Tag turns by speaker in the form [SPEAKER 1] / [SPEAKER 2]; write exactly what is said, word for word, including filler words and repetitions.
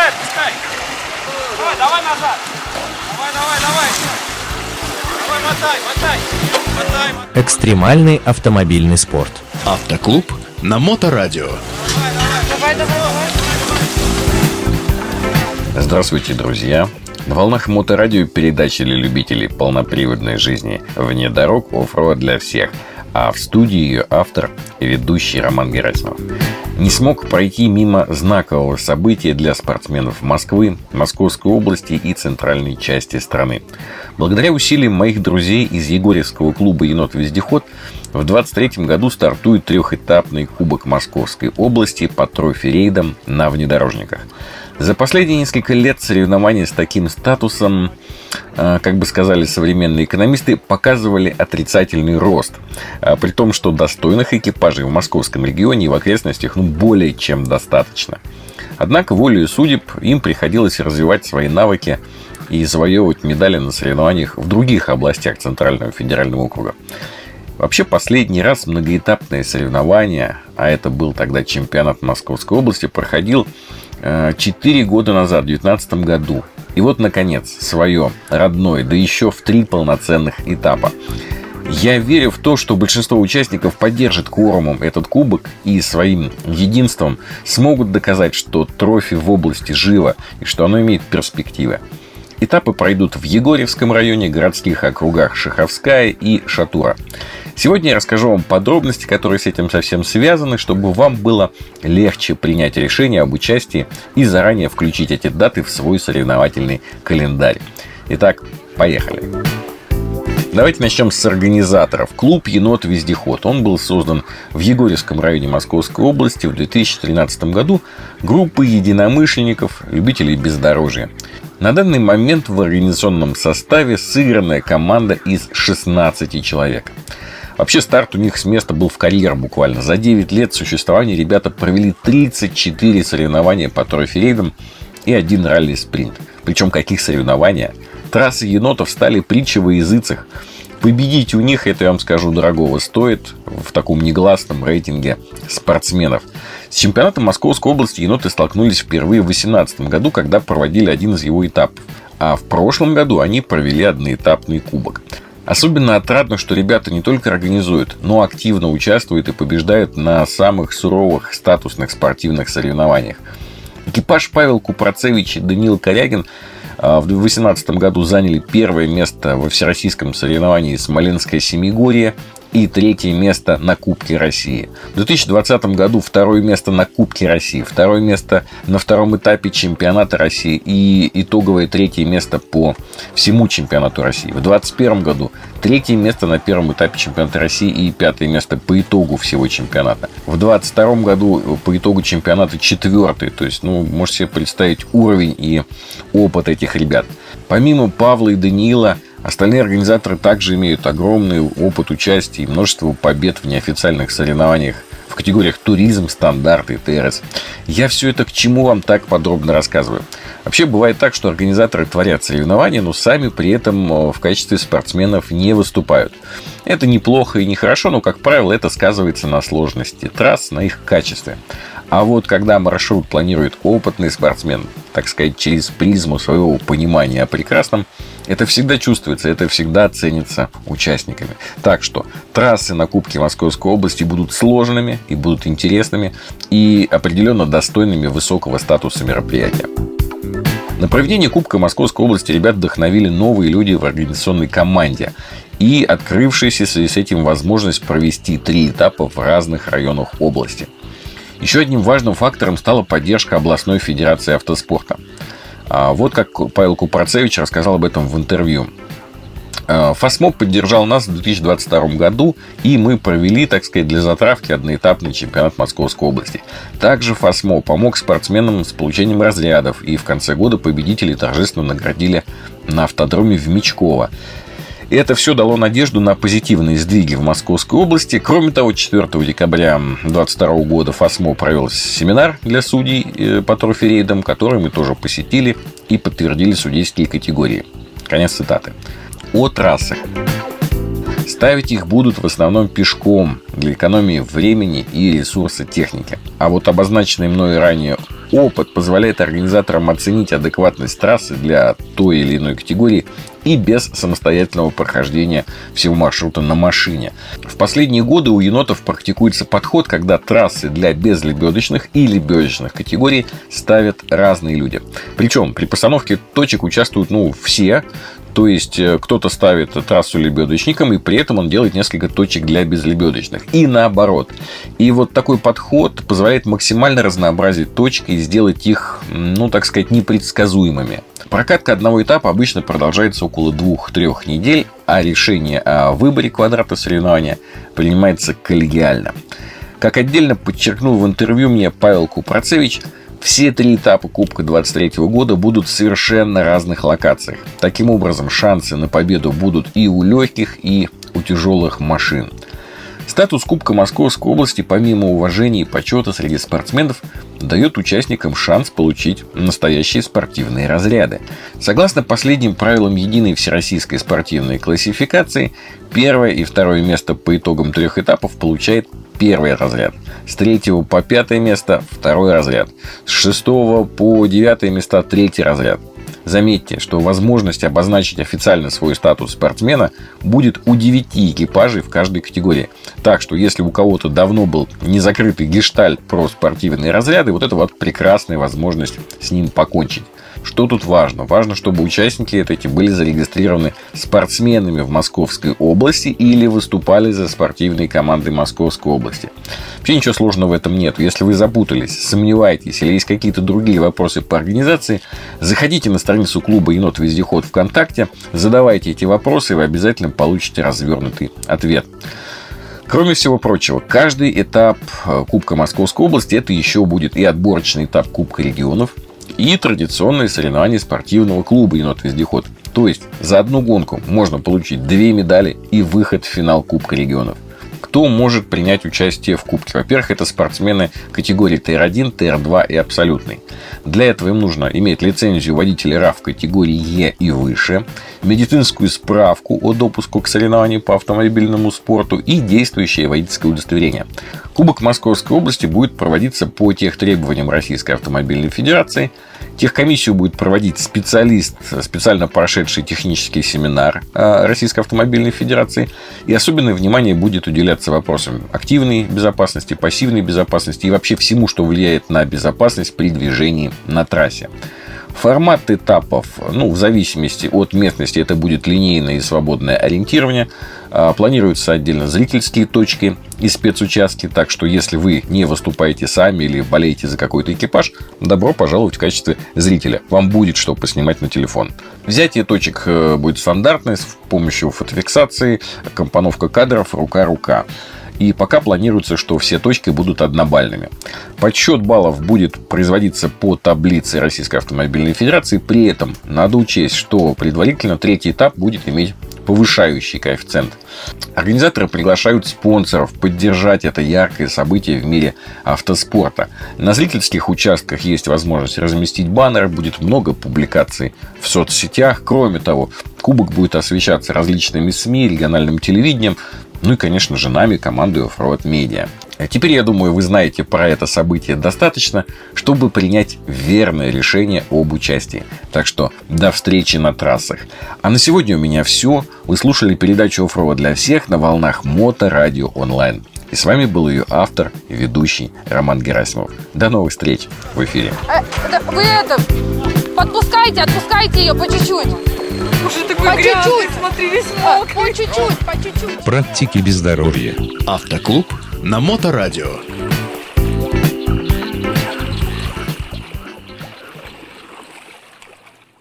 [SPEAKER 1] отпускай. Давай, давай назад. Давай, давай, давай. Давай, мотай, мотай. Мотай, мотай.
[SPEAKER 2] Экстремальный автомобильный спорт.
[SPEAKER 3] Автоклуб на Моторадио.
[SPEAKER 1] Давай, давай, давай, давай.
[SPEAKER 4] Здравствуйте, друзья! На волнах Моторадио передача для любителей полноприводной жизни «Вне дорог. Оффроуд для всех». А в студии ее автор и ведущий Роман Герасимов. Не смог пройти мимо знакового события для спортсменов Москвы, Московской области и центральной части страны. Благодаря усилиям моих друзей из Егорьевского клуба «Енот-Вездеход» в двадцать третьем году стартует трехэтапный Кубок Московской области по трофи-рейдам на внедорожниках. За последние несколько лет соревнования с таким статусом, как бы сказали современные экономисты, показывали отрицательный рост. При том, что достойных экипажей в московском регионе и в окрестностях ну, более чем достаточно. Однако волею судеб им приходилось развивать свои навыки и завоевывать медали на соревнованиях в других областях Центрального федерального округа. Вообще, последний раз многоэтапное соревнование, а это был тогда чемпионат Московской области, проходил четыре года назад, в две тысячи девятнадцатом году. И вот, наконец, свое родное, да еще в три полноценных этапа. Я верю в то, что большинство участников поддержит кворумом этот кубок и своим единством смогут доказать, что трофи в области живо и что оно имеет перспективы. Этапы пройдут в Егорьевском районе, городских округах Шаховская и Шатура. Сегодня я расскажу вам подробности, которые с этим совсем связаны, чтобы вам было легче принять решение об участии и заранее включить эти даты в свой соревновательный календарь. Итак, поехали. Давайте начнем с организаторов. Клуб «Енот-Вездеход». Он был создан в Егорьевском районе Московской области в две тысячи тринадцатом году группой единомышленников, любителей бездорожья. На данный момент в организационном составе сыгранная команда из шестнадцати человек. Вообще старт у них с места был в карьер буквально. За девять лет существования ребята провели тридцать четыре соревнования по трофи-рейдам и один ралли-спринт. Причем каких соревнования? Трассы енотов стали притчей во языцах. Победить у них, это я вам скажу, дорогого стоит в таком негласном рейтинге спортсменов. С чемпионатом Московской области еноты столкнулись впервые в две тысячи восемнадцатом году, когда проводили один из его этапов. А в прошлом году они провели одноэтапный кубок. Особенно отрадно, что ребята не только организуют, но активно участвуют и побеждают на самых суровых статусных спортивных соревнованиях. Экипаж Павел Купрацевич и Даниил Корягин в две тысячи восемнадцатом году заняли первое место во всероссийском соревновании «Смоленское Семигорье» и третье место на Кубке России. В две тысячи двадцатом году второе место на Кубке России, второе место на втором этапе чемпионата России и итоговое третье место по всему чемпионату России. В две тысячи двадцать первом году третье место на первом этапе чемпионата России и пятое место по итогу всего чемпионата. В две тысячи двадцать втором году по итогу чемпионата четвертый. То есть, ну, можете себе представить уровень и опыт этих ребят. Помимо Павла и Даниила, остальные организаторы также имеют огромный опыт участия и множество побед в неофициальных соревнованиях в категориях туризм, стандарт и ТРС. Я все это к чему вам так подробно рассказываю? Вообще бывает так, что организаторы творят соревнования, но сами при этом в качестве спортсменов не выступают. Это неплохо и нехорошо, но, как правило, это сказывается на сложности трасс, на их качестве. А вот когда маршрут планирует опытный спортсмен, так сказать, через призму своего понимания о прекрасном, это всегда чувствуется, это всегда ценится участниками. Так что трассы на Кубке Московской области будут сложными и будут интересными и определенно достойными высокого статуса мероприятия. На проведение Кубка Московской области ребят вдохновили новые люди в организационной команде и открывшаяся в связи с этим возможность провести три этапа в разных районах области. Еще одним важным фактором стала поддержка областной федерации автоспорта. Вот как Павел Купрацевич рассказал об этом в интервью. ФАСМО поддержал нас в две тысячи двадцать втором году, и мы провели, так сказать, для затравки одноэтапный чемпионат Московской области. Также ФАСМО помог спортсменам с получением разрядов, и в конце года победителей торжественно наградили на автодроме в Мечково. И это все дало надежду на позитивные сдвиги в Московской области. Кроме того, четвёртого декабря две тысячи двадцать второго года ФАСМО провел семинар для судей по трофи-рейдам, который мы тоже посетили и подтвердили судейские категории. Конец цитаты. О трассах. Ставить их будут в основном пешком для экономии времени и ресурса техники. А вот обозначенный мной ранее Опыт позволяет организаторам оценить адекватность трассы для той или иной категории и без самостоятельного прохождения всего маршрута на машине. В последние годы у енотов практикуется подход, когда трассы для безлебедочных и лебедочных категорий ставят разные люди. Причем при постановке точек участвуют ну, все. То есть кто-то ставит трассу лебедочникам, и при этом он делает несколько точек для безлебедочных. И наоборот. И вот такой подход позволяет максимально разнообразить точки и сделать их, ну так сказать, непредсказуемыми. Прокатка одного этапа обычно продолжается около двух-трех недель, а решение о выборе квадрата соревнования принимается коллегиально. Как отдельно подчеркнул в интервью мне Павел Купрацевич, все три этапа Кубка двадцать третьего года будут в совершенно разных локациях. Таким образом, шансы на победу будут и у легких, и у тяжелых машин. Статус Кубка Московской области, помимо уважения и почета среди спортсменов, дает участникам шанс получить настоящие спортивные разряды. Согласно последним правилам единой всероссийской спортивной классификации, первое и второе место по итогам трех этапов получает первый разряд. С третьего по пятое место второй разряд. С шестого по девятое места третий разряд. Заметьте, что возможность обозначить официально свой статус спортсмена будет у девяти экипажей в каждой категории. Так что, если у кого-то давно был незакрытый гештальт про спортивные разряды, вот это вот прекрасная возможность с ним покончить. Что тут важно? Важно, чтобы участники эти были зарегистрированы спортсменами в Московской области или выступали за спортивные команды Московской области. Вообще ничего сложного в этом нет. Если вы запутались, сомневаетесь или есть какие-то другие вопросы по организации, заходите на страницу клуба «Енот Вездеход» ВКонтакте, задавайте эти вопросы, и вы обязательно получите развернутый ответ. Кроме всего прочего, каждый этап Кубка Московской области это еще будет и отборочный этап Кубка регионов, и традиционные соревнования спортивного клуба «Енот Вездеход». То есть за одну гонку можно получить две медали и выход в финал Кубка регионов. Кто может принять участие в Кубке? Во-первых, это спортсмены категории Т Р один, Т Р два и абсолютный. Для этого им нужно иметь лицензию водителя РАФ категории Е и выше, медицинскую справку о допуске к соревнованию по автомобильному спорту и действующее водительское удостоверение. Кубок Московской области будет проводиться по техтребованиям Российской автомобильной федерации. Техкомиссию будет проводить специалист, специально прошедший технический семинар Российской автомобильной федерации. И особенное внимание будет уделяться вопросам активной безопасности, пассивной безопасности и вообще всему, что влияет на безопасность при движении на трассе. Формат этапов, ну, в зависимости от местности, это будет линейное и свободное ориентирование. Планируются отдельно зрительские точки и спецучастки, так что если вы не выступаете сами или болеете за какой-то экипаж, добро пожаловать в качестве зрителя. Вам будет что поснимать на телефон. Взятие точек будет стандартное с помощью фотофиксации, компоновка кадров рука-рука. И пока планируется, что все точки будут однобальными. Подсчет баллов будет производиться по таблице Российской автомобильной федерации. При этом надо учесть, что предварительно третий этап будет иметь повышающий коэффициент. Организаторы приглашают спонсоров поддержать это яркое событие в мире автоспорта. На зрительских участках есть возможность разместить баннеры, будет много публикаций в соцсетях. Кроме того, кубок будет освещаться различными СМИ, региональным телевидением, ну и, конечно же, нами, командой Offroad Media. Теперь, я думаю, вы знаете про это событие достаточно, чтобы принять верное решение об участии. Так что до встречи на трассах. А на сегодня у меня все. Вы слушали передачу Offroad для всех на волнах Моторадио онлайн. И с вами был ее автор и ведущий Роман Герасимов. До новых встреч в эфире.
[SPEAKER 5] А, да, вы это, подпускайте, отпускайте ее по чуть-чуть.
[SPEAKER 6] Уже такой
[SPEAKER 5] По
[SPEAKER 6] грязный,
[SPEAKER 5] чуть-чуть.
[SPEAKER 6] смотри, весь
[SPEAKER 5] А,
[SPEAKER 6] мокрый.
[SPEAKER 5] по чуть-чуть, по чуть-чуть.
[SPEAKER 2] Практики без здоровья.
[SPEAKER 3] Автоклуб на Моторадио.